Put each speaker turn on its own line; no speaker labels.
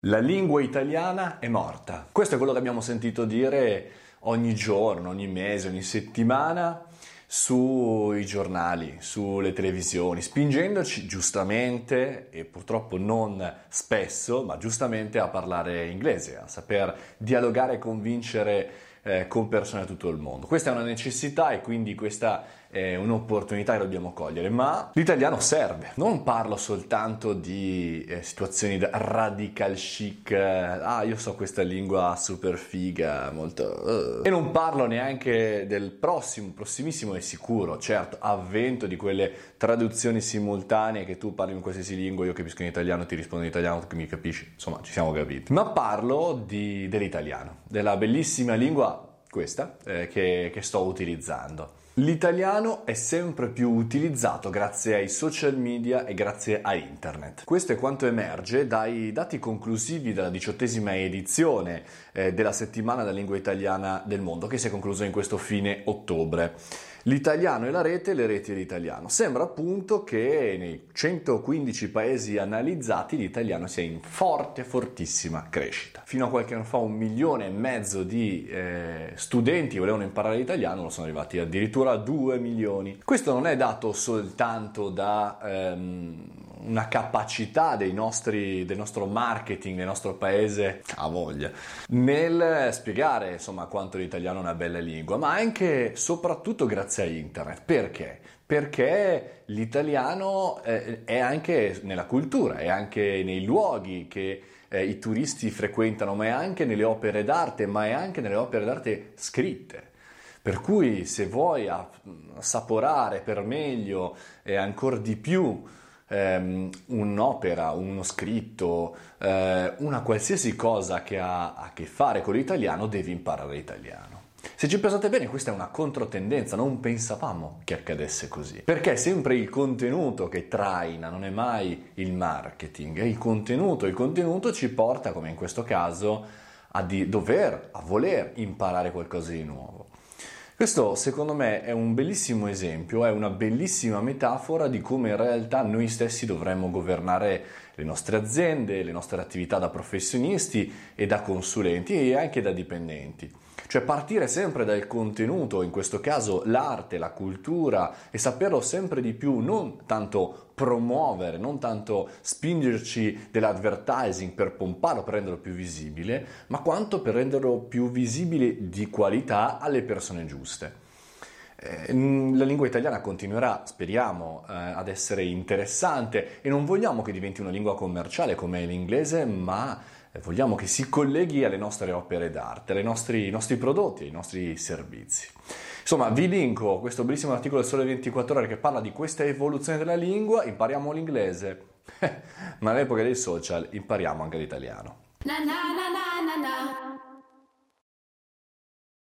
La lingua italiana è morta. Questo è quello che abbiamo sentito dire ogni giorno, ogni mese, ogni settimana sui giornali, sulle televisioni, spingendoci giustamente e purtroppo non spesso, ma giustamente a parlare inglese, a saper dialogare e convincere con persone da tutto il mondo. Questa è una necessità e quindi questa è un'opportunità che dobbiamo cogliere, ma l'italiano serve. Non parlo soltanto di situazioni da radical chic, io so questa lingua super figa, molto... E non parlo neanche del prossimissimo e sicuro, certo, avvento di quelle traduzioni simultanee che tu parli in qualsiasi lingua, io capisco in italiano, ti rispondo in italiano, tu mi capisci, insomma ci siamo capiti. Ma parlo dell'italiano, della bellissima lingua questa che sto utilizzando. L'italiano è sempre più utilizzato grazie ai social media e grazie a internet. Questo è quanto emerge dai dati conclusivi della 18ª edizione della settimana della lingua italiana del mondo, che si è conclusa in questo fine ottobre. L'italiano e la rete, le reti e l'italiano. Sembra appunto che nei 115 paesi analizzati l'italiano sia in fortissima crescita. Fino a qualche anno fa 1,5 milioni di studenti volevano imparare l'italiano, lo sono arrivati addirittura a 2 milioni. Questo non è dato soltanto da una capacità del nostro marketing, del nostro paese, a voglia, nel spiegare insomma quanto l'italiano è una bella lingua, ma anche soprattutto grazie a internet. Perché? Perché l'italiano è anche nella cultura, è anche nei luoghi che i turisti frequentano, ma è anche nelle opere d'arte, ma è anche nelle opere d'arte scritte. Per cui se vuoi assaporare per meglio e ancora di più un'opera, uno scritto, una qualsiasi cosa che ha a che fare con l'italiano, devi imparare l'italiano. Se ci pensate bene, questa è una controtendenza, non pensavamo che accadesse così. Perché è sempre il contenuto che traina, non è mai il marketing, è il contenuto ci porta, come in questo caso, a voler imparare qualcosa di nuovo. Questo secondo me è un bellissimo esempio, è una bellissima metafora di come in realtà noi stessi dovremmo governare le nostre aziende, le nostre attività da professionisti e da consulenti e anche da dipendenti. Cioè partire sempre dal contenuto, in questo caso l'arte, la cultura, e saperlo sempre di più, non tanto promuovere, non tanto spingerci dell'advertising per pomparlo, per renderlo più visibile, ma quanto per renderlo più visibile di qualità alle persone giuste. La lingua italiana continuerà, speriamo, ad essere interessante e non vogliamo che diventi una lingua commerciale come l'inglese, ma vogliamo che si colleghi alle nostre opere d'arte, ai nostri prodotti, ai nostri servizi. Insomma, vi linko questo bellissimo articolo del Sole 24 Ore che parla di questa evoluzione della lingua. Impariamo l'inglese, ma all'epoca dei social impariamo anche l'italiano.